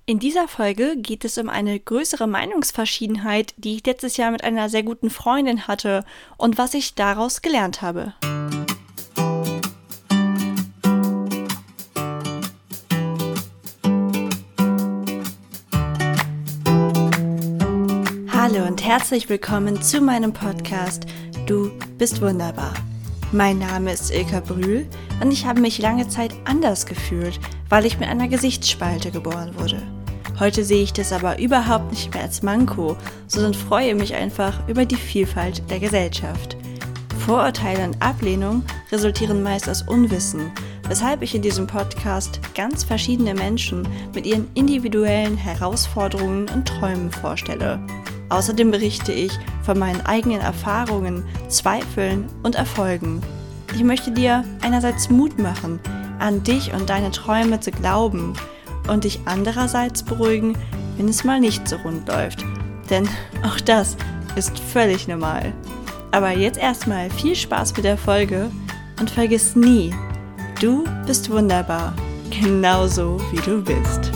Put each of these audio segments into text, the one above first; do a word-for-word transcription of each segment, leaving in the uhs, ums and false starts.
In dieser Folge geht es um eine größere Meinungsverschiedenheit, die ich letztes Jahr mit einer sehr guten Freundin hatte und was ich daraus gelernt habe. Hallo und herzlich willkommen zu meinem Podcast Du bist wunderbar. Mein Name ist Ilka Brühl und ich habe mich lange Zeit anders gefühlt, weil ich mit einer Gesichtsspalte geboren wurde. Heute sehe ich das aber überhaupt nicht mehr als Manko, sondern freue mich einfach über die Vielfalt der Gesellschaft. Vorurteile und Ablehnung resultieren meist aus Unwissen, weshalb ich in diesem Podcast ganz verschiedene Menschen mit ihren individuellen Herausforderungen und Träumen vorstelle. Außerdem berichte ich von meinen eigenen Erfahrungen, Zweifeln und Erfolgen. Ich möchte dir einerseits Mut machen, an dich und deine Träume zu glauben und dich andererseits beruhigen, wenn es mal nicht so rund läuft. Denn auch das ist völlig normal. Aber jetzt erstmal viel Spaß mit der Folge und vergiss nie, du bist wunderbar, genauso wie du bist.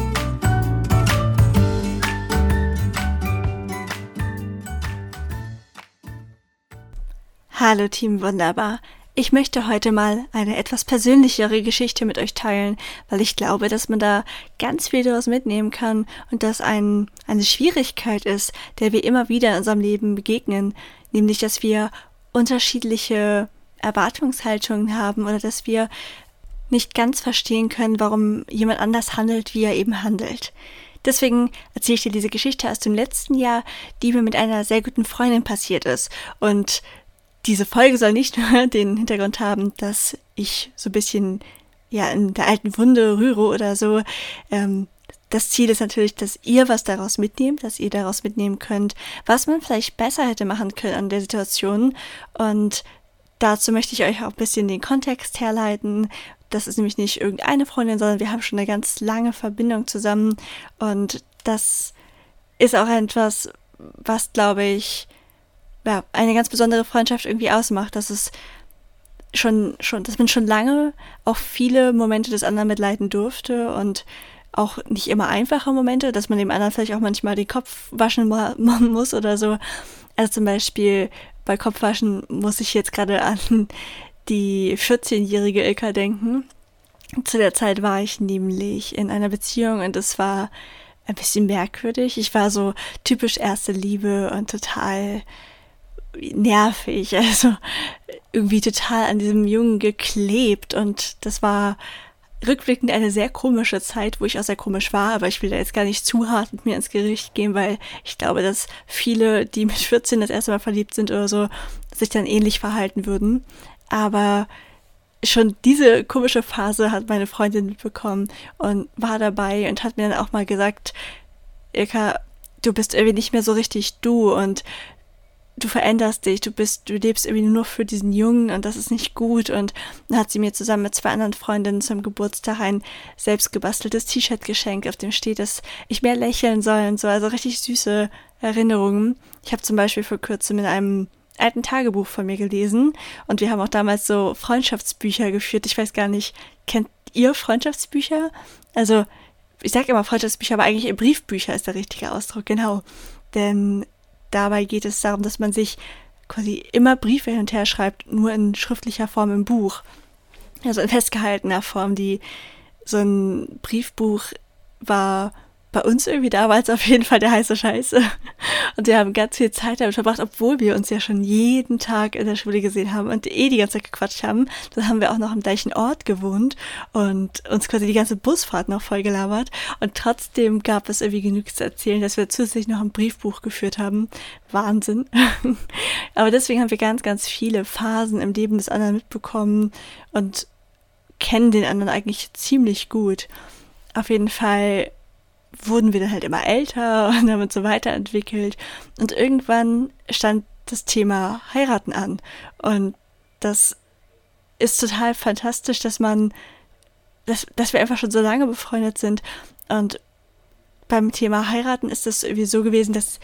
Hallo Team Wunderbar. Ich möchte heute mal eine etwas persönlichere Geschichte mit euch teilen, weil ich glaube, dass man da ganz viel daraus mitnehmen kann und dass ein, eine Schwierigkeit ist, der wir immer wieder in unserem Leben begegnen, nämlich, dass wir unterschiedliche Erwartungshaltungen haben oder dass wir nicht ganz verstehen können, warum jemand anders handelt, wie er eben handelt. Deswegen erzähle ich dir diese Geschichte aus dem letzten Jahr, die mir mit einer sehr guten Freundin passiert ist. Und diese Folge soll nicht nur den Hintergrund haben, dass ich so ein bisschen ja in der alten Wunde rühre oder so. Ähm, das Ziel ist natürlich, dass ihr was daraus mitnehmt, dass ihr daraus mitnehmen könnt, was man vielleicht besser hätte machen können an der Situation. Und dazu möchte ich euch auch ein bisschen den Kontext herleiten. Das ist nämlich nicht irgendeine Freundin, sondern wir haben schon eine ganz lange Verbindung zusammen. Und das ist auch etwas, was, glaube ich, ja, eine ganz besondere Freundschaft irgendwie ausmacht, dass es schon, schon, dass man schon lange auch viele Momente des anderen mitleiden durfte und auch nicht immer einfache Momente, dass man dem anderen vielleicht auch manchmal den Kopf waschen muss oder so. Also zum Beispiel bei Kopfwaschen muss ich jetzt gerade an die vierzehnjährige Ilka denken. Zu der Zeit war ich nämlich in einer Beziehung und es war ein bisschen merkwürdig. Ich war so typisch erste Liebe und total nervig, also irgendwie total an diesem Jungen geklebt und das war rückblickend eine sehr komische Zeit, wo ich auch sehr komisch war, aber ich will da jetzt gar nicht zu hart mit mir ins Gericht gehen, weil ich glaube, dass viele, die mit vierzehn das erste Mal verliebt sind oder so, sich dann ähnlich verhalten würden, aber schon diese komische Phase hat meine Freundin mitbekommen und war dabei und hat mir dann auch mal gesagt, Ilka, du bist irgendwie nicht mehr so richtig du und du veränderst dich, du bist, du lebst irgendwie nur für diesen Jungen und das ist nicht gut. Und dann hat sie mir zusammen mit zwei anderen Freundinnen zum Geburtstag ein selbst gebasteltes T-Shirt geschenkt, auf dem steht, dass ich mehr lächeln soll und so, also richtig süße Erinnerungen. Ich habe zum Beispiel vor kurzem in einem alten Tagebuch von mir gelesen und wir haben auch damals so Freundschaftsbücher geführt. Ich weiß gar nicht, kennt ihr Freundschaftsbücher? Also ich sage immer Freundschaftsbücher, aber eigentlich Briefbücher ist der richtige Ausdruck, genau. Denn dabei geht es darum, dass man sich quasi immer Briefe hin und her schreibt, nur in schriftlicher Form im Buch. Also in festgehaltener Form. Die, so ein Briefbuch war bei uns irgendwie damals auf jeden Fall der heiße Scheiße. Und wir haben ganz viel Zeit damit verbracht, obwohl wir uns ja schon jeden Tag in der Schule gesehen haben und eh die ganze Zeit gequatscht haben. Dann haben wir auch noch am gleichen Ort gewohnt und uns quasi die ganze Busfahrt noch voll gelabert. Und trotzdem gab es irgendwie genug zu erzählen, dass wir zusätzlich noch ein Briefbuch geführt haben. Wahnsinn. Aber deswegen haben wir ganz, ganz viele Phasen im Leben des anderen mitbekommen und kennen den anderen eigentlich ziemlich gut. Auf jeden Fall wurden wir dann halt immer älter und haben uns so weiterentwickelt. Und irgendwann stand das Thema Heiraten an. Und das ist total fantastisch, dass man, dass, dass wir einfach schon so lange befreundet sind. Und beim Thema Heiraten ist es irgendwie so gewesen, dass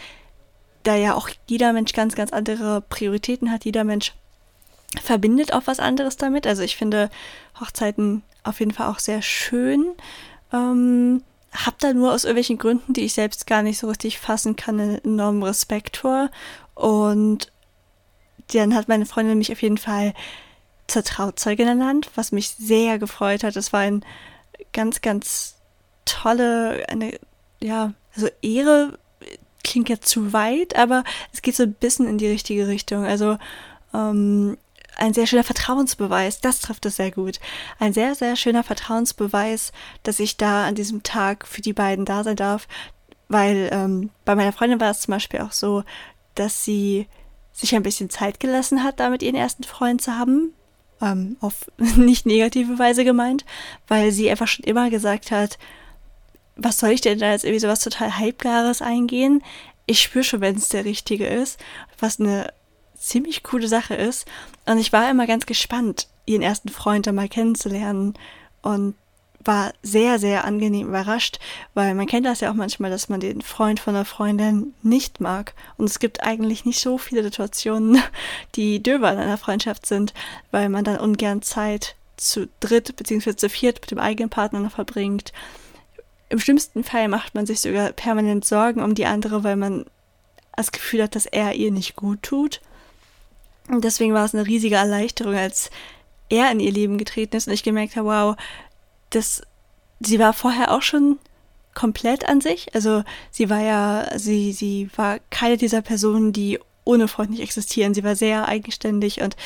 da ja auch jeder Mensch ganz, ganz andere Prioritäten hat. Jeder Mensch verbindet auch was anderes damit. Also ich finde Hochzeiten auf jeden Fall auch sehr schön. Ähm, habe da nur aus irgendwelchen Gründen, die ich selbst gar nicht so richtig fassen kann, einen enormen Respekt vor. Und dann hat meine Freundin mich auf jeden Fall zur Trauzeugin ernannt, was mich sehr gefreut hat. Das war ein ganz, ganz tolle, eine, ja, also Ehre klingt ja zu weit, aber es geht so ein bisschen in die richtige Richtung. Also ähm, ein sehr schöner Vertrauensbeweis, das trifft es sehr gut. Ein sehr, sehr schöner Vertrauensbeweis, dass ich da an diesem Tag für die beiden da sein darf, weil ähm, bei meiner Freundin war es zum Beispiel auch so, dass sie sich ein bisschen Zeit gelassen hat, damit ihren ersten Freund zu haben, ähm, auf nicht negative Weise gemeint, weil sie einfach schon immer gesagt hat, was soll ich denn da jetzt irgendwie sowas total Halbgares eingehen? Ich spüre schon, wenn es der Richtige ist, was eine ziemlich coole Sache ist. Und ich war immer ganz gespannt, ihren ersten Freund dann mal kennenzulernen und war sehr, sehr angenehm überrascht, weil man kennt das ja auch manchmal, dass man den Freund von einer Freundin nicht mag. Und es gibt eigentlich nicht so viele Situationen, die döber in einer Freundschaft sind, weil man dann ungern Zeit zu dritt bzw. zu viert mit dem eigenen Partner noch verbringt. Im schlimmsten Fall macht man sich sogar permanent Sorgen um die andere, weil man das Gefühl hat, dass er ihr nicht gut tut. Und deswegen war es eine riesige Erleichterung, als er in ihr Leben getreten ist und ich gemerkt habe, wow, das, sie war vorher auch schon komplett an sich. Also sie war ja, sie, sie war keine dieser Personen, die ohne Freund nicht existieren. Sie war sehr eigenständig und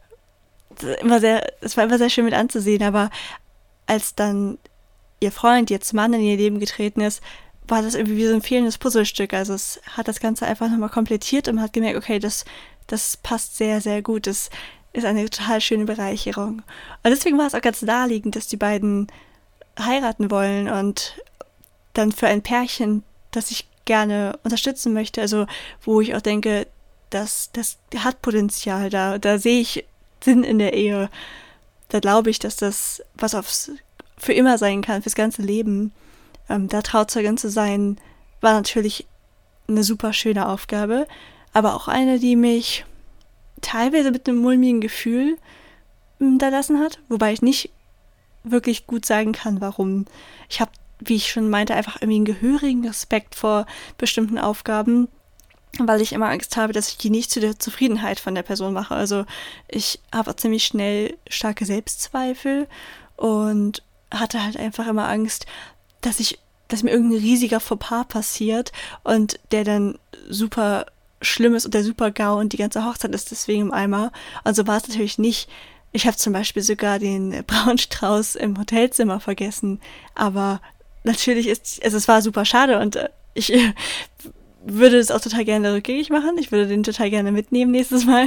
immer sehr, es war immer sehr schön mit anzusehen, aber als dann ihr Freund, jetzt Mann in ihr Leben getreten ist, war das irgendwie wie so ein fehlendes Puzzlestück. Also es hat das Ganze einfach nochmal komplettiert und man hat gemerkt, okay, das, das passt sehr, sehr gut. Das ist eine total schöne Bereicherung. Und deswegen war es auch ganz naheliegend, dass die beiden heiraten wollen und dann für ein Pärchen, das ich gerne unterstützen möchte, also wo ich auch denke, das, das hat Potenzial, da, da sehe ich Sinn in der Ehe. Da glaube ich, dass das was aufs für immer sein kann, fürs ganze Leben. Ähm, da Trauzeugin zu sein, war natürlich eine super schöne Aufgabe, aber auch eine, die mich teilweise mit einem mulmigen Gefühl hinterlassen hat, wobei ich nicht wirklich gut sagen kann, warum. Ich habe, wie ich schon meinte, einfach irgendwie einen gehörigen Respekt vor bestimmten Aufgaben, weil ich immer Angst habe, dass ich die nicht zu der Zufriedenheit von der Person mache. Also ich habe auch ziemlich schnell starke Selbstzweifel und hatte halt einfach immer Angst, dass ich, dass mir irgendein riesiger Fauxpas passiert und der dann super schlimm ist und der super GAU und die ganze Hochzeit ist deswegen im Eimer. Und so war es natürlich nicht. Ich habe zum Beispiel sogar den Braunstrauß im Hotelzimmer vergessen, aber natürlich ist, also es war super schade und ich würde es auch total gerne rückgängig machen. Ich würde den total gerne mitnehmen nächstes Mal,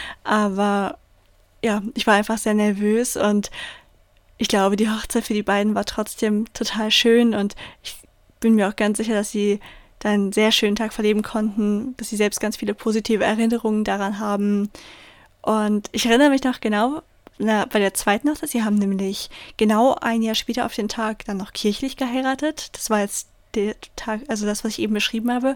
aber ja, ich war einfach sehr nervös und ich glaube, die Hochzeit für die beiden war trotzdem total schön und ich bin mir auch ganz sicher, dass sie dann einen sehr schönen Tag verleben konnten, dass sie selbst ganz viele positive Erinnerungen daran haben. Und ich erinnere mich noch genau, na, bei der zweiten Hochzeit, sie haben nämlich genau ein Jahr später auf den Tag dann noch kirchlich geheiratet. Das war jetzt der Tag, also das, was ich eben beschrieben habe.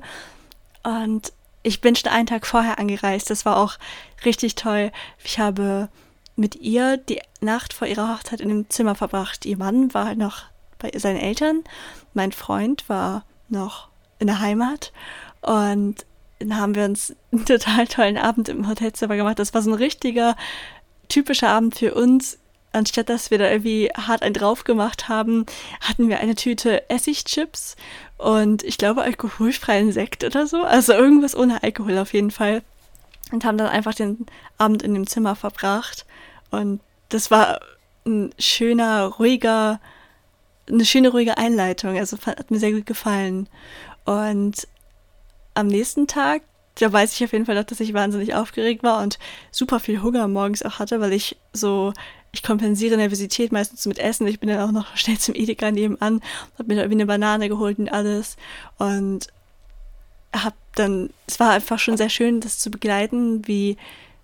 Und ich bin schon einen Tag vorher angereist. Das war auch richtig toll. Ich habe mit ihr die Nacht vor ihrer Hochzeit in dem Zimmer verbracht. Ihr Mann war noch bei seinen Eltern, mein Freund war noch in der Heimat und dann haben wir uns einen total tollen Abend im Hotelzimmer gemacht. Das war so ein richtiger, typischer Abend für uns. Anstatt dass wir da irgendwie hart einen drauf gemacht haben, hatten wir eine Tüte Essigchips und ich glaube alkoholfreien Sekt oder so, also irgendwas ohne Alkohol auf jeden Fall. Und haben dann einfach den Abend in dem Zimmer verbracht. Und das war ein schöner, ruhiger, eine schöne, ruhige Einleitung. Also hat mir sehr gut gefallen. Und am nächsten Tag, da weiß ich auf jeden Fall noch, dass ich wahnsinnig aufgeregt war und super viel Hunger morgens auch hatte, weil ich so, ich kompensiere Nervosität meistens mit Essen. Ich bin dann auch noch schnell zum Edeka nebenan, hab mir da irgendwie eine Banane geholt und alles. Und hab dann, es war einfach schon sehr schön, das zu begleiten, wie,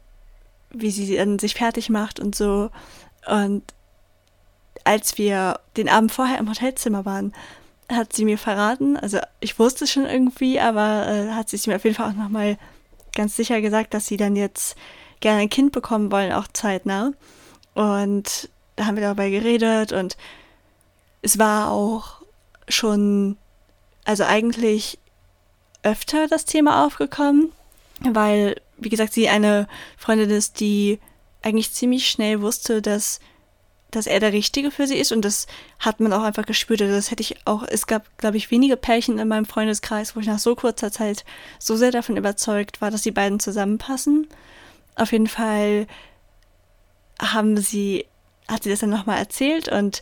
wie sie dann sich fertig macht und so. Und als wir den Abend vorher im Hotelzimmer waren, hat sie mir verraten, also ich wusste es schon irgendwie, aber äh, hat sie es mir auf jeden Fall auch nochmal ganz sicher gesagt, dass sie dann jetzt gerne ein Kind bekommen wollen, auch zeitnah. Und da haben wir dabei geredet und es war auch schon, also eigentlich öfter das Thema aufgekommen, weil, wie gesagt, sie eine Freundin ist, die eigentlich ziemlich schnell wusste, dass, dass er der Richtige für sie ist, und das hat man auch einfach gespürt. Also das hätte ich auch, es gab, glaube ich, wenige Pärchen in meinem Freundeskreis, wo ich nach so kurzer Zeit so sehr davon überzeugt war, dass die beiden zusammenpassen. Auf jeden Fall haben sie, hat sie das dann nochmal erzählt, und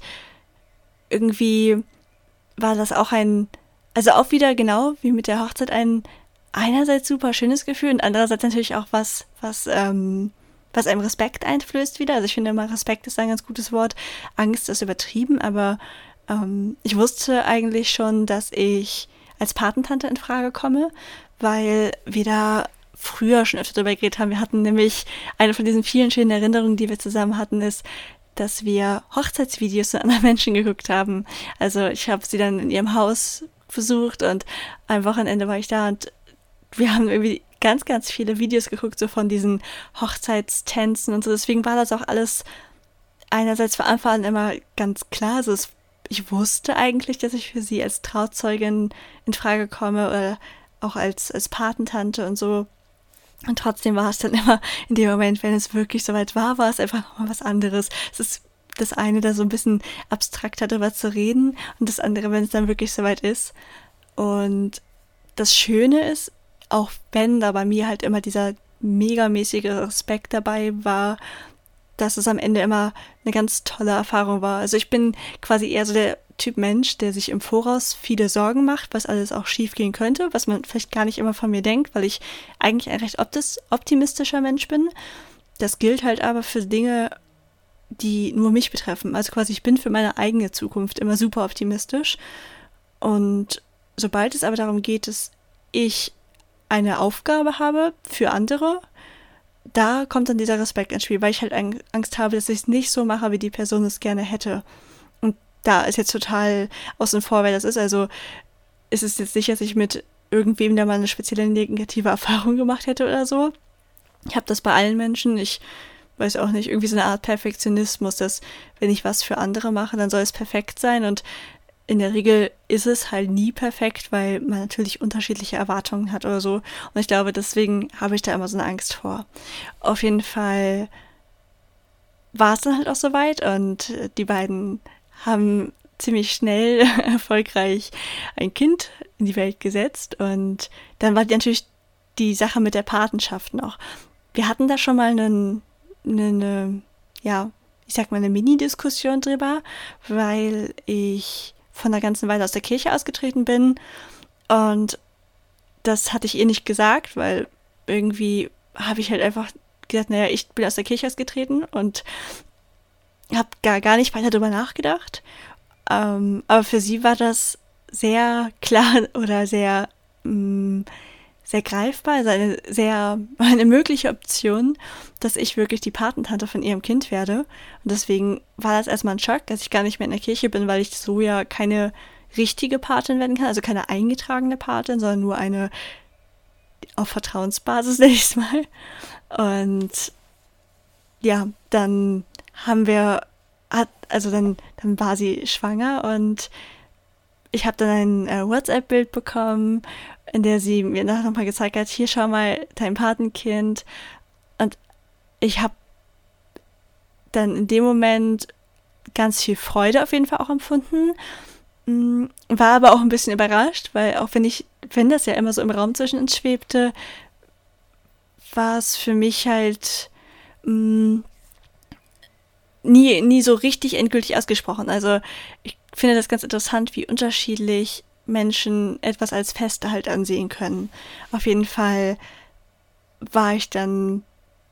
irgendwie war das auch ein, also auch wieder genau wie mit der Hochzeit, ein einerseits super schönes Gefühl und andererseits natürlich auch was, was, ähm, was einem Respekt einflößt wieder. Also ich finde immer, Respekt ist ein ganz gutes Wort. Angst ist übertrieben, aber ähm, ich wusste eigentlich schon, dass ich als Patentante in Frage komme, weil wir da früher schon öfter darüber geredet haben. Wir hatten nämlich, eine von diesen vielen schönen Erinnerungen, die wir zusammen hatten, ist, dass wir Hochzeitsvideos von anderen Menschen geguckt haben. Also ich habe sie dann in ihrem Haus besucht und am Wochenende war ich da und wir haben irgendwie ganz, ganz viele Videos geguckt, so von diesen Hochzeitstänzen und so. Deswegen war das auch alles einerseits von Anfang an immer ganz klar. Also es, ich wusste eigentlich, dass ich für sie als Trauzeugin in Frage komme oder auch als, als Patentante und so. Und trotzdem war es dann immer in dem Moment, wenn es wirklich soweit war, war es einfach nochmal was anderes. Es ist das eine, da so ein bisschen abstrakter drüber zu reden, und das andere, wenn es dann wirklich soweit ist. Und das Schöne ist, auch wenn da bei mir halt immer dieser megamäßige Respekt dabei war, dass es am Ende immer eine ganz tolle Erfahrung war. Also ich bin quasi eher so der Typ Mensch, der sich im Voraus viele Sorgen macht, was alles auch schief gehen könnte, was man vielleicht gar nicht immer von mir denkt, weil ich eigentlich ein recht optimistischer Mensch bin. Das gilt halt aber für Dinge, die nur mich betreffen. Also quasi, ich bin für meine eigene Zukunft immer super optimistisch. Und sobald es aber darum geht, dass ich eine Aufgabe habe für andere, da kommt dann dieser Respekt ins Spiel, weil ich halt Angst habe, dass ich es nicht so mache, wie die Person es gerne hätte. Und da ist jetzt total außen vor, wer das ist. Also ist es jetzt nicht, dass ich mit irgendwem da mal eine spezielle negative Erfahrung gemacht hätte oder so. Ich habe das bei allen Menschen. Ich weiß auch nicht, irgendwie so eine Art Perfektionismus, dass wenn ich was für andere mache, dann soll es perfekt sein, und in der Regel ist es halt nie perfekt, weil man natürlich unterschiedliche Erwartungen hat oder so. Und ich glaube, deswegen habe ich da immer so eine Angst vor. Auf jeden Fall war es dann halt auch soweit, und die beiden haben ziemlich schnell erfolgreich ein Kind in die Welt gesetzt. Und dann war natürlich die Sache mit der Patenschaft noch. Wir hatten da schon mal einen, eine, ja, ich sag mal, eine Mini-Diskussion drüber, weil ich von der ganzen Weile aus der Kirche ausgetreten bin, und das hatte ich ihr nicht gesagt, weil irgendwie habe ich halt einfach gesagt, naja, ich bin aus der Kirche ausgetreten und habe gar, gar nicht weiter darüber nachgedacht, ähm, aber für sie war das sehr klar oder sehr mh, sehr greifbar, also eine sehr, eine mögliche Option, dass ich wirklich die Patentante von ihrem Kind werde. Und deswegen war das erstmal ein Schock, dass ich gar nicht mehr in der Kirche bin, weil ich so ja keine richtige Patin werden kann, also keine eingetragene Patin, sondern nur eine auf Vertrauensbasis, nenne ich es mal. Und ja, dann haben wir, hat, also dann, dann war sie schwanger, und ich habe dann ein äh, WhatsApp-Bild bekommen, in der sie mir nachher nochmal gezeigt hat, hier, schau mal, dein Patenkind. Und ich habe dann in dem Moment ganz viel Freude auf jeden Fall auch empfunden, war aber auch ein bisschen überrascht, weil auch wenn ich, wenn das ja immer so im Raum zwischen uns schwebte, war es für mich halt mh, nie, nie so richtig endgültig ausgesprochen. Also ich finde das ganz interessant, wie unterschiedlich Menschen etwas als Feste halt ansehen können. Auf jeden Fall war ich dann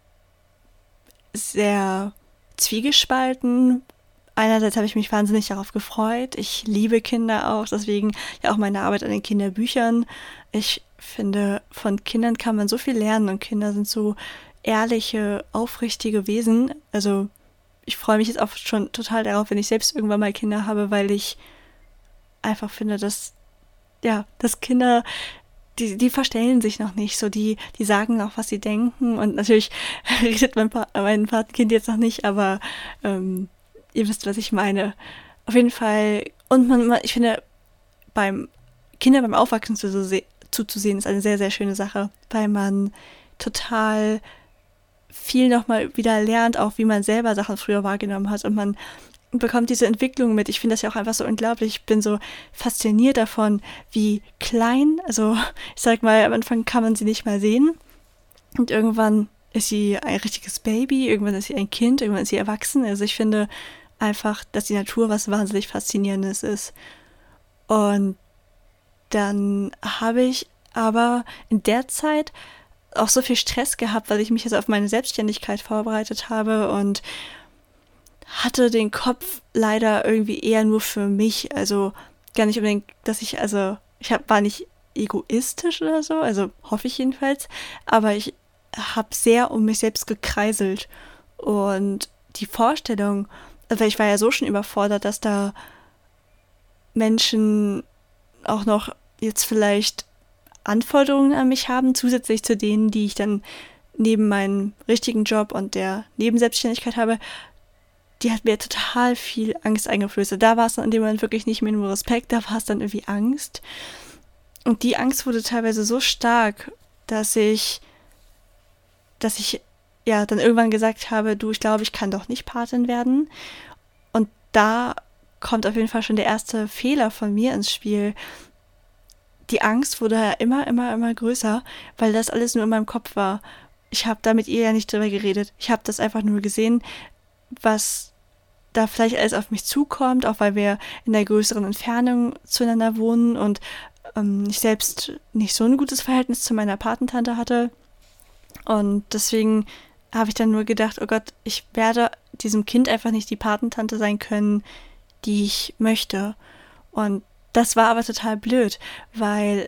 sehr zwiegespalten. Einerseits habe ich mich wahnsinnig darauf gefreut. Ich liebe Kinder auch, deswegen ja auch meine Arbeit an den Kinderbüchern. Ich finde, von Kindern kann man so viel lernen, und Kinder sind so ehrliche, aufrichtige Wesen. Also ich freue mich jetzt auch schon total darauf, wenn ich selbst irgendwann mal Kinder habe, weil ich einfach finde, dass ja, dass Kinder, die, die verstellen sich noch nicht so, die, die sagen noch, was sie denken, und natürlich redet mein, pa- mein Patenkind jetzt noch nicht, aber ähm, ihr wisst, was ich meine. Auf jeden Fall, und man, man, ich finde, beim Kinder beim Aufwachsen zu, zuzusehen, ist eine sehr, sehr schöne Sache, weil man total viel nochmal wieder lernt, auch wie man selber Sachen früher wahrgenommen hat und man bekommt diese Entwicklung mit. Ich finde das ja auch einfach so unglaublich. Ich bin so fasziniert davon, wie klein, also ich sag mal, am Anfang kann man sie nicht mal sehen und irgendwann ist sie ein richtiges Baby, irgendwann ist sie ein Kind, irgendwann ist sie erwachsen. Also ich finde einfach, dass die Natur was wahnsinnig Faszinierendes ist. Und dann habe ich aber in der Zeit auch so viel Stress gehabt, weil ich mich jetzt auf meine Selbstständigkeit vorbereitet habe und hatte den Kopf leider irgendwie eher nur für mich. Also gar nicht unbedingt, dass ich, also ich hab, war nicht egoistisch oder so, also hoffe ich jedenfalls, aber ich habe sehr um mich selbst gekreiselt. Und die Vorstellung, also ich war ja so schon überfordert, dass da Menschen auch noch jetzt vielleicht Anforderungen an mich haben, zusätzlich zu denen, die ich dann neben meinem richtigen Job und der Nebenselbstständigkeit habe, die hat mir total viel Angst eingeflößt. Da war es dann in dem Moment wirklich nicht mehr nur Respekt, da war es dann irgendwie Angst. Und die Angst wurde teilweise so stark, dass ich, dass ich ja dann irgendwann gesagt habe, du, ich glaube, ich kann doch nicht Patin werden. Und da kommt auf jeden Fall schon der erste Fehler von mir ins Spiel. Die Angst wurde ja immer, immer, immer größer, weil das alles nur in meinem Kopf war. Ich habe da mit ihr ja nicht drüber geredet. Ich habe das einfach nur gesehen, was da vielleicht alles auf mich zukommt, auch weil wir in der größeren Entfernung zueinander wohnen und ähm, ich selbst nicht so ein gutes Verhältnis zu meiner Patentante hatte. Und deswegen habe ich dann nur gedacht, oh Gott, ich werde diesem Kind einfach nicht die Patentante sein können, die ich möchte. Und das war aber total blöd, weil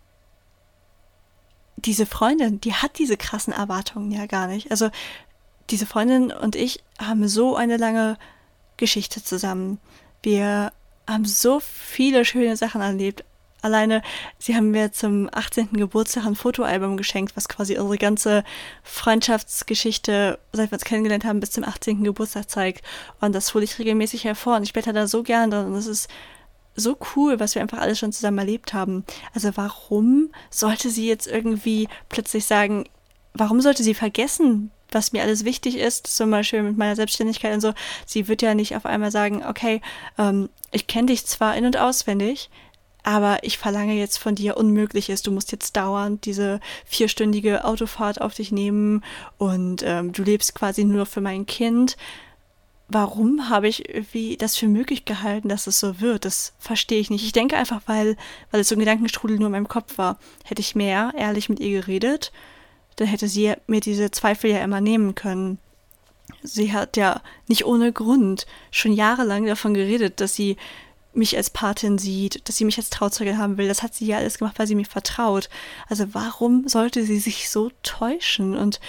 diese Freundin, die hat diese krassen Erwartungen ja gar nicht. Also diese Freundin und ich haben so eine lange Geschichte zusammen. Wir haben so viele schöne Sachen erlebt. Alleine, sie haben mir zum achtzehnten Geburtstag ein Fotoalbum geschenkt, was quasi unsere ganze Freundschaftsgeschichte, seit wir uns kennengelernt haben, bis zum achtzehnten Geburtstag zeigt. Und das hole ich regelmäßig hervor und ich blätter da so gern drin. Und es ist so cool, was wir einfach alles schon zusammen erlebt haben. Also warum sollte sie jetzt irgendwie plötzlich sagen, warum sollte sie vergessen, was mir alles wichtig ist, zum Beispiel mit meiner Selbstständigkeit und so. Sie wird ja nicht auf einmal sagen, okay, ähm, ich kenne dich zwar in- und auswendig, aber ich verlange jetzt von dir Unmögliches. Du musst jetzt dauernd diese vierstündige Autofahrt auf dich nehmen und ähm, du lebst quasi nur für mein Kind. Warum habe ich irgendwie das für möglich gehalten, dass es so wird? Das verstehe ich nicht. Ich denke einfach, weil, weil es so ein Gedankenstrudel nur in meinem Kopf war. Hätte ich mehr ehrlich mit ihr geredet, dann hätte sie mir diese Zweifel ja immer nehmen können. Sie hat ja nicht ohne Grund schon jahrelang davon geredet, dass sie mich als Patin sieht, dass sie mich als Trauzeuge haben will. Das hat sie ja alles gemacht, weil sie mir vertraut. Also warum sollte sie sich so täuschen? Und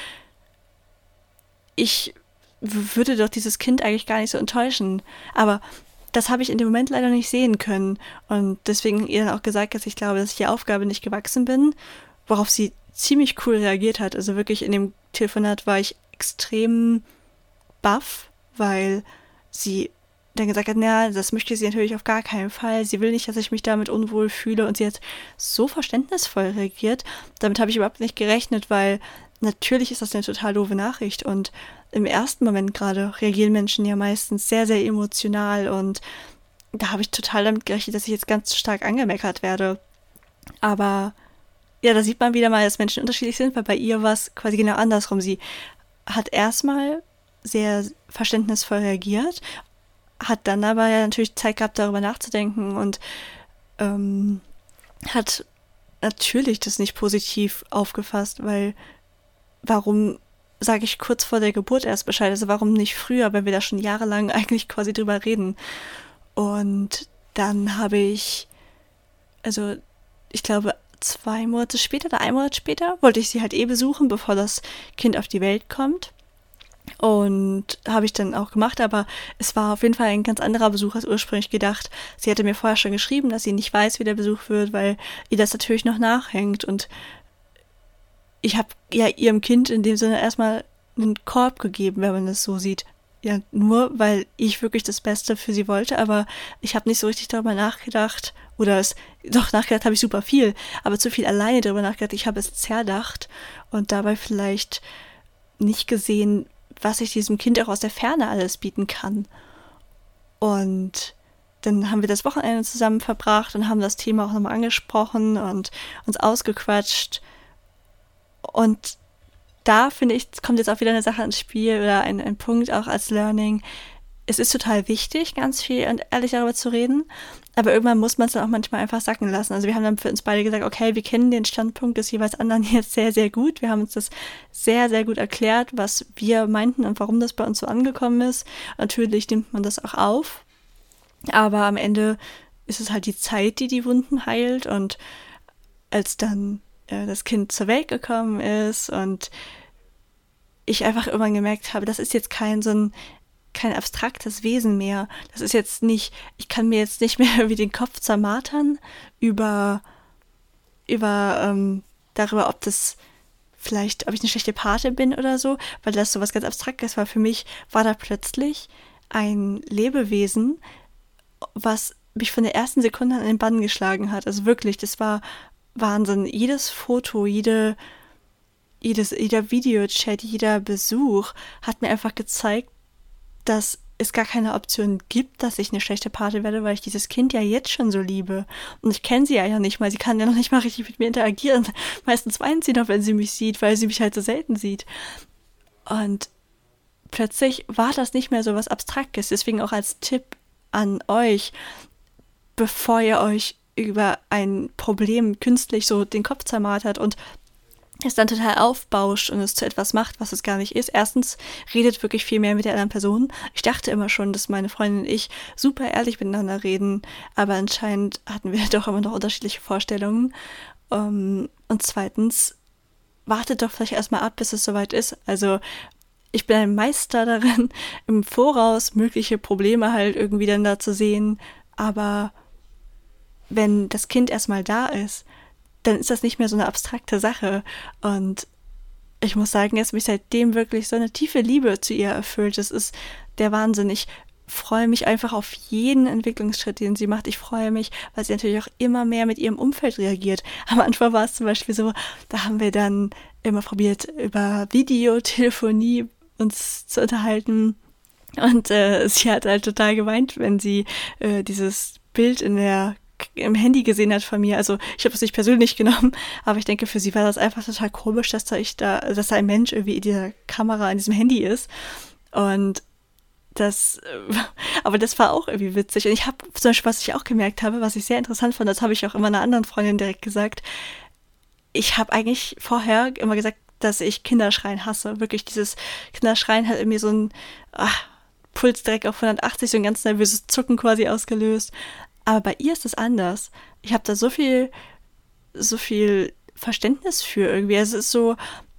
ich würde doch dieses Kind eigentlich gar nicht so enttäuschen. Aber das habe ich in dem Moment leider nicht sehen können. Und deswegen ihr dann auch gesagt, dass ich glaube, dass ich der Aufgabe nicht gewachsen bin, worauf sie ziemlich cool reagiert hat. Also wirklich in dem Telefonat war ich extrem baff, weil sie dann gesagt hat, na, das möchte sie natürlich auf gar keinen Fall. Sie will nicht, dass ich mich damit unwohl fühle und sie hat so verständnisvoll reagiert. Damit habe ich überhaupt nicht gerechnet, weil natürlich ist das eine total doofe Nachricht und im ersten Moment gerade reagieren Menschen ja meistens sehr, sehr emotional und da habe ich total damit gerechnet, dass ich jetzt ganz stark angemeckert werde. Aber ja, da sieht man wieder mal, dass Menschen unterschiedlich sind, weil bei ihr war es quasi genau andersrum. Sie hat erstmal sehr verständnisvoll reagiert, hat dann aber ja natürlich Zeit gehabt, darüber nachzudenken und ähm, hat natürlich das nicht positiv aufgefasst, weil warum sage ich kurz vor der Geburt erst Bescheid, also warum nicht früher, wenn wir da schon jahrelang eigentlich quasi drüber reden. Und dann habe ich, also ich glaube zwei Monate später oder ein Monat später, wollte ich sie halt eh besuchen, bevor das Kind auf die Welt kommt. Und habe ich dann auch gemacht, aber es war auf jeden Fall ein ganz anderer Besuch als ursprünglich gedacht. Sie hatte mir vorher schon geschrieben, dass sie nicht weiß, wie der Besuch wird, weil ihr das natürlich noch nachhängt. Und ich habe ja ihrem Kind in dem Sinne erstmal einen Korb gegeben, wenn man das so sieht. ja nur, weil ich wirklich das Beste für sie wollte, aber ich habe nicht so richtig darüber nachgedacht, oder es, doch, nachgedacht habe ich super viel, aber zu viel alleine darüber nachgedacht, ich habe es zerdacht und dabei vielleicht nicht gesehen, was ich diesem Kind auch aus der Ferne alles bieten kann. Und dann haben wir das Wochenende zusammen verbracht und haben das Thema auch nochmal angesprochen und uns ausgequatscht. Und da, finde ich, kommt jetzt auch wieder eine Sache ins Spiel oder ein, ein Punkt auch als Learning. Es ist total wichtig, ganz viel und ehrlich darüber zu reden, aber irgendwann muss man es dann auch manchmal einfach sacken lassen. Also wir haben dann für uns beide gesagt, okay, wir kennen den Standpunkt des jeweils anderen jetzt sehr, sehr gut. Wir haben uns das sehr, sehr gut erklärt, was wir meinten und warum das bei uns so angekommen ist. Natürlich nimmt man das auch auf, aber am Ende ist es halt die Zeit, die die Wunden heilt. Und als dann äh, das Kind zur Welt gekommen ist und ich einfach irgendwann gemerkt habe, das ist jetzt kein so ein kein abstraktes Wesen mehr. Das ist jetzt nicht, ich kann mir jetzt nicht mehr irgendwie den Kopf zermartern über, über, ähm, darüber, ob das vielleicht, ob ich eine schlechte Pate bin oder so, weil das so was ganz Abstraktes war. Für mich war da plötzlich ein Lebewesen, was mich von der ersten Sekunde an den Bann geschlagen hat. Also wirklich, das war Wahnsinn. Jedes Foto, jede, jedes, jeder Videochat, jeder Besuch hat mir einfach gezeigt, dass es gar keine Option gibt, dass ich eine schlechte Pate werde, weil ich dieses Kind ja jetzt schon so liebe. Und ich kenne sie ja, ja nicht mal. Sie kann ja noch nicht mal richtig mit mir interagieren. Meistens weint sie noch, wenn sie mich sieht, weil sie mich halt so selten sieht. Und plötzlich war das nicht mehr so was Abstraktes. Deswegen auch als Tipp an euch, bevor ihr euch über ein Problem künstlich so den Kopf zermartert und es dann total aufbauscht und es zu etwas macht, was es gar nicht ist. Erstens, redet wirklich viel mehr mit der anderen Person. Ich dachte immer schon, dass meine Freundin und ich super ehrlich miteinander reden, aber anscheinend hatten wir doch immer noch unterschiedliche Vorstellungen. Um, und zweitens, wartet doch vielleicht erstmal ab, bis es soweit ist. Also ich bin ein Meister darin, im Voraus mögliche Probleme halt irgendwie dann da zu sehen, aber wenn das Kind erstmal da ist, dann ist das nicht mehr so eine abstrakte Sache. Und ich muss sagen, jetzt mich seitdem wirklich so eine tiefe Liebe zu ihr erfüllt. Das ist der Wahnsinn. Ich freue mich einfach auf jeden Entwicklungsschritt, den sie macht. Ich freue mich, weil sie natürlich auch immer mehr mit ihrem Umfeld reagiert. Am Anfang war es zum Beispiel so, da haben wir dann immer probiert, über Videotelefonie uns zu unterhalten. Und äh, sie hat halt total geweint, wenn sie äh, dieses Bild in der im Handy gesehen hat von mir. Also ich habe es nicht persönlich genommen, aber ich denke, für sie war das einfach total komisch, dass da ich da, dass da ein Mensch irgendwie in dieser Kamera, in diesem Handy ist. Und das, aber das war auch irgendwie witzig. Und ich habe zum Beispiel, was ich auch gemerkt habe, was ich sehr interessant fand, das habe ich auch immer einer anderen Freundin direkt gesagt. Ich habe eigentlich vorher immer gesagt, dass ich Kinderschreien hasse. Wirklich, dieses Kinderschreien hat in mir so ein ach, Puls direkt auf hundertachtzig, so ein ganz nervöses Zucken quasi ausgelöst. Aber bei ihr ist es anders. Ich habe da so viel, so viel Verständnis für irgendwie. Es ist so,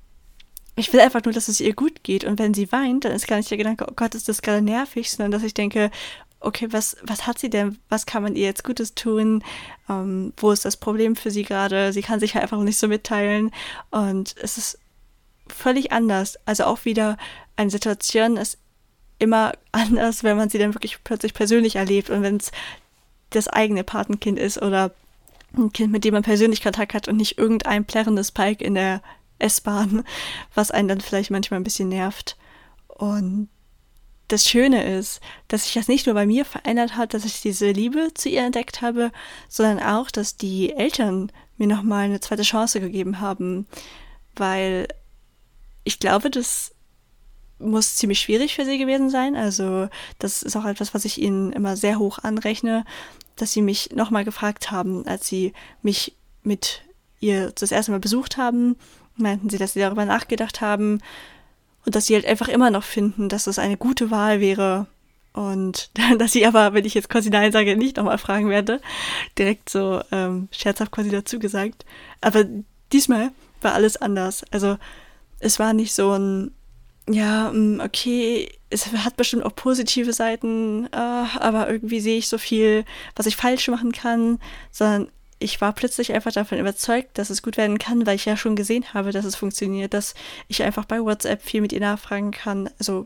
ich will einfach nur, dass es ihr gut geht. Und wenn sie weint, dann ist gar nicht der Gedanke, oh Gott, ist das gerade nervig, sondern dass ich denke, okay, was, was hat sie denn? Was kann man ihr jetzt Gutes tun? Ähm, wo ist das Problem für sie gerade? Sie kann sich halt einfach nicht so mitteilen. Und es ist völlig anders. Also auch wieder eine Situation ist immer anders, wenn man sie dann wirklich plötzlich persönlich erlebt. Und wenn es das eigene Patenkind ist oder ein Kind, mit dem man persönlich Kontakt hat und nicht irgendein plärrendes Pike in der S-Bahn, was einen dann vielleicht manchmal ein bisschen nervt. Und das Schöne ist, dass sich das nicht nur bei mir verändert hat, dass ich diese Liebe zu ihr entdeckt habe, sondern auch, dass die Eltern mir nochmal eine zweite Chance gegeben haben, weil ich glaube, das muss ziemlich schwierig für sie gewesen sein. Also das ist auch etwas, was ich ihnen immer sehr hoch anrechne, dass sie mich nochmal gefragt haben, als sie mich mit ihr das erste Mal besucht haben, meinten sie, dass sie darüber nachgedacht haben und dass sie halt einfach immer noch finden, dass es eine gute Wahl wäre und dass sie aber, wenn ich jetzt quasi Nein sage, nicht nochmal fragen werde, direkt so ähm, scherzhaft quasi dazu gesagt. Aber diesmal war alles anders. Also es war nicht so ein ja, okay, es hat bestimmt auch positive Seiten, äh, aber irgendwie sehe ich so viel, was ich falsch machen kann, sondern ich war plötzlich einfach davon überzeugt, dass es gut werden kann, weil ich ja schon gesehen habe, dass es funktioniert, dass ich einfach bei WhatsApp viel mit ihr nachfragen kann, also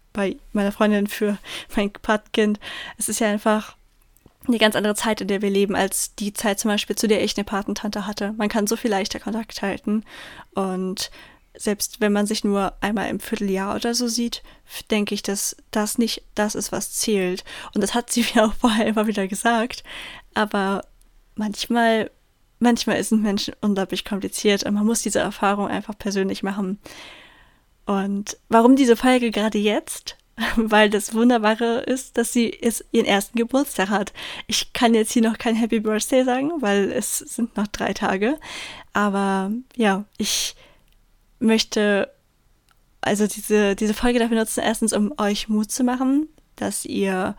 bei meiner Freundin für mein Patenkind. Es ist ja einfach eine ganz andere Zeit, in der wir leben, als die Zeit zum Beispiel, zu der ich eine Patentante hatte. Man kann so viel leichter Kontakt halten und selbst wenn man sich nur einmal im Vierteljahr oder so sieht, denke ich, dass das nicht das ist, was zählt. Und das hat sie mir auch vorher immer wieder gesagt. Aber manchmal, manchmal sind Menschen unglaublich kompliziert und man muss diese Erfahrung einfach persönlich machen. Und warum diese Folge gerade jetzt? Weil das Wunderbare ist, dass sie ist, ihren ersten Geburtstag hat. Ich kann jetzt hier noch kein Happy Birthday sagen, weil es sind noch drei Tage. Aber ja, ich möchte also diese, diese Folge dafür nutzen, erstens, um euch Mut zu machen, dass ihr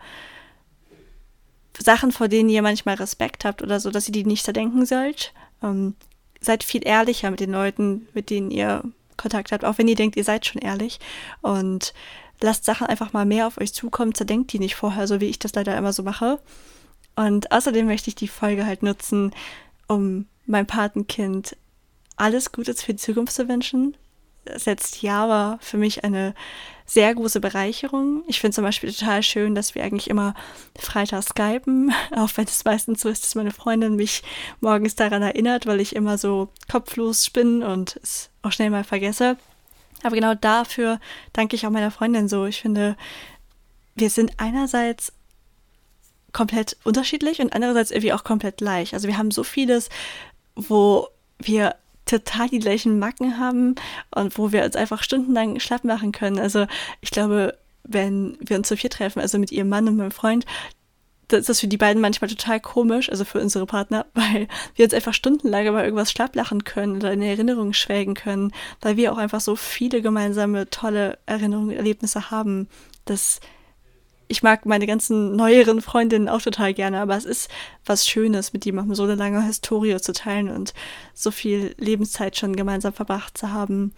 Sachen, vor denen ihr manchmal Respekt habt oder so, dass ihr die nicht zerdenken sollt. Ähm, seid viel ehrlicher mit den Leuten, mit denen ihr Kontakt habt, auch wenn ihr denkt, ihr seid schon ehrlich. Und lasst Sachen einfach mal mehr auf euch zukommen, zerdenkt die nicht vorher, so wie ich das leider immer so mache. Und außerdem möchte ich die Folge halt nutzen, um meinem Patenkind alles Gute für die Zukunft zu wünschen. Das letzte Jahr war für mich eine sehr große Bereicherung. Ich finde zum Beispiel total schön, dass wir eigentlich immer freitags skypen, auch wenn es meistens so ist, dass meine Freundin mich morgens daran erinnert, weil ich immer so kopflos bin und es auch schnell mal vergesse. Aber genau dafür danke ich auch meiner Freundin so. Ich finde, wir sind einerseits komplett unterschiedlich und andererseits irgendwie auch komplett gleich. Also wir haben so vieles, wo wir total die gleichen Macken haben und wo wir uns einfach stundenlang schlapp machen können. Also ich glaube, wenn wir uns zu vier treffen, also mit ihrem Mann und meinem Freund, das ist für die beiden manchmal total komisch, also für unsere Partner, weil wir uns einfach stundenlang über irgendwas schlapplachen können oder in Erinnerungen schwelgen können, weil wir auch einfach so viele gemeinsame, tolle Erinnerungen, Erlebnisse haben. Das, ich mag meine ganzen neueren Freundinnen auch total gerne, aber es ist was Schönes, mit jemandem so eine lange Historie zu teilen und so viel Lebenszeit schon gemeinsam verbracht zu haben.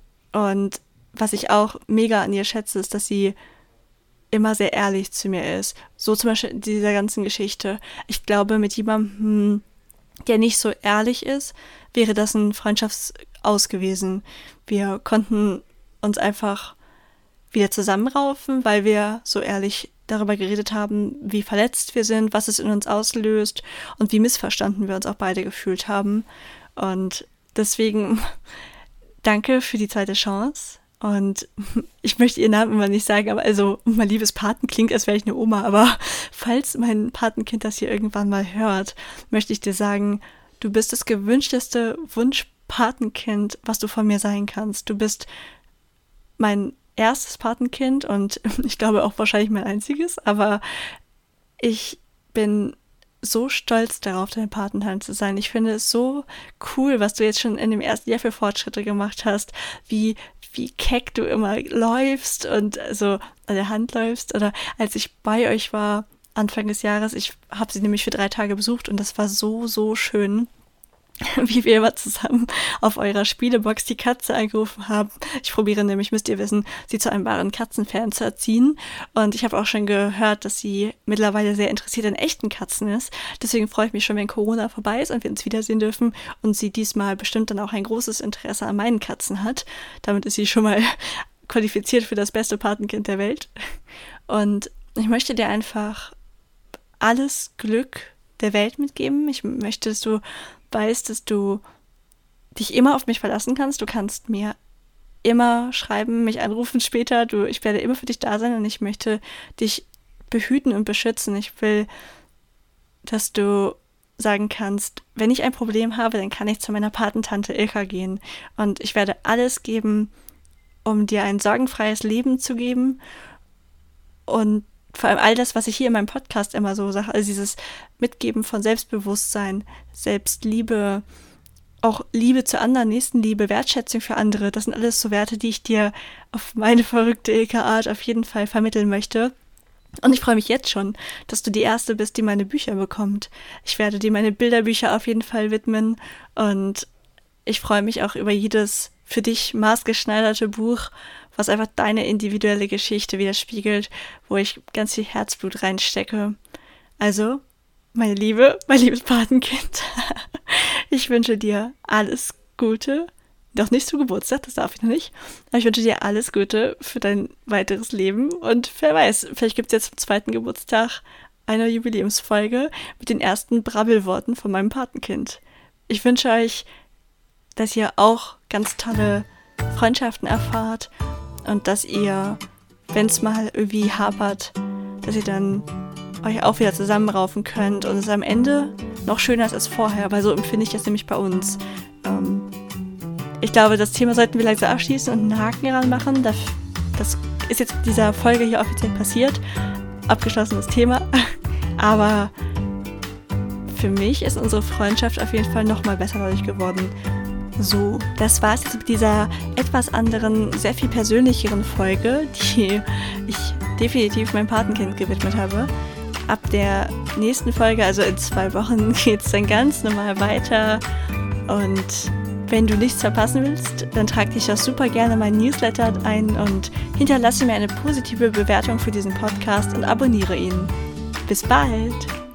Und was ich auch mega an ihr schätze, ist, dass sie immer sehr ehrlich zu mir ist. So zum Beispiel in dieser ganzen Geschichte. Ich glaube, mit jemandem, der nicht so ehrlich ist, wäre das ein Freundschaftsaus gewesen. Wir konnten uns einfach wieder zusammenraufen, weil wir so ehrlich darüber geredet haben, wie verletzt wir sind, was es in uns auslöst und wie missverstanden wir uns auch beide gefühlt haben. Und deswegen danke für die zweite Chance. Und ich möchte ihren Namen immer nicht sagen, aber also mein liebes Paten klingt, als wäre ich eine Oma, aber falls mein Patenkind das hier irgendwann mal hört, möchte ich dir sagen, du bist das gewünschteste Wunsch-Patenkind, was du von mir sein kannst. Du bist mein erstes Patenkind und ich glaube auch wahrscheinlich mein einziges, aber ich bin so stolz darauf, deine Patentante zu sein. Ich finde es so cool, was du jetzt schon in dem ersten Jahr für Fortschritte gemacht hast, wie, wie keck du immer läufst und so an der Hand läufst. Oder als ich bei euch war, Anfang des Jahres, ich habe sie nämlich für drei Tage besucht und das war so, so schön, wie wir immer zusammen auf eurer Spielebox die Katze angerufen haben. Ich probiere nämlich, müsst ihr wissen, sie zu einem wahren Katzenfan zu erziehen. Und ich habe auch schon gehört, dass sie mittlerweile sehr interessiert an echten Katzen ist. Deswegen freue ich mich schon, wenn Corona vorbei ist und wir uns wiedersehen dürfen und sie diesmal bestimmt dann auch ein großes Interesse an meinen Katzen hat. Damit ist sie schon mal qualifiziert für das beste Patenkind der Welt. Und ich möchte dir einfach alles Glück der Welt mitgeben. Ich möchte, dass du weißt, dass du dich immer auf mich verlassen kannst. Du kannst mir immer schreiben, mich anrufen später. Du, ich werde immer für dich da sein und ich möchte dich behüten und beschützen. Ich will, dass du sagen kannst, wenn ich ein Problem habe, dann kann ich zu meiner Patentante Ilka gehen. Und ich werde alles geben, um dir ein sorgenfreies Leben zu geben und vor allem all das, was ich hier in meinem Podcast immer so sage, also dieses Mitgeben von Selbstbewusstsein, Selbstliebe, auch Liebe zu anderen, Nächstenliebe, Wertschätzung für andere, das sind alles so Werte, die ich dir auf meine verrückte Ilka-Art auf jeden Fall vermitteln möchte. Und ich freue mich jetzt schon, dass du die Erste bist, die meine Bücher bekommt. Ich werde dir meine Bilderbücher auf jeden Fall widmen und ich freue mich auch über jedes für dich maßgeschneiderte Buch, was einfach deine individuelle Geschichte widerspiegelt, wo ich ganz viel Herzblut reinstecke. Also, meine Liebe, mein liebes Patenkind, ich wünsche dir alles Gute, Noch nicht zum Geburtstag, das darf ich noch nicht. Aber ich wünsche dir alles Gute für dein weiteres Leben. Und wer weiß, vielleicht gibt es jetzt zum zweiten Geburtstag eine Jubiläumsfolge mit den ersten Brabbelworten von meinem Patenkind. Ich wünsche euch, dass ihr auch ganz tolle Freundschaften erfahrt und dass ihr, wenn es mal irgendwie hapert, dass ihr dann euch auch wieder zusammenraufen könnt und es am Ende noch schöner ist als vorher, weil so empfinde ich das nämlich bei uns. Ähm, ich glaube, das Thema sollten wir langsam abschließen und einen Haken dran machen. Das, das ist jetzt in dieser Folge hier offiziell passiert. Abgeschlossenes Thema. Aber für mich ist unsere Freundschaft auf jeden Fall nochmal besser dadurch geworden. So, das war es jetzt mit dieser etwas anderen, sehr viel persönlicheren Folge, die ich definitiv meinem Patenkind gewidmet habe. Ab der nächsten Folge, also in zwei Wochen, geht es dann ganz normal weiter. Und wenn du nichts verpassen willst, dann trag dich doch super gerne in meinen Newsletter ein und hinterlasse mir eine positive Bewertung für diesen Podcast und abonniere ihn. Bis bald!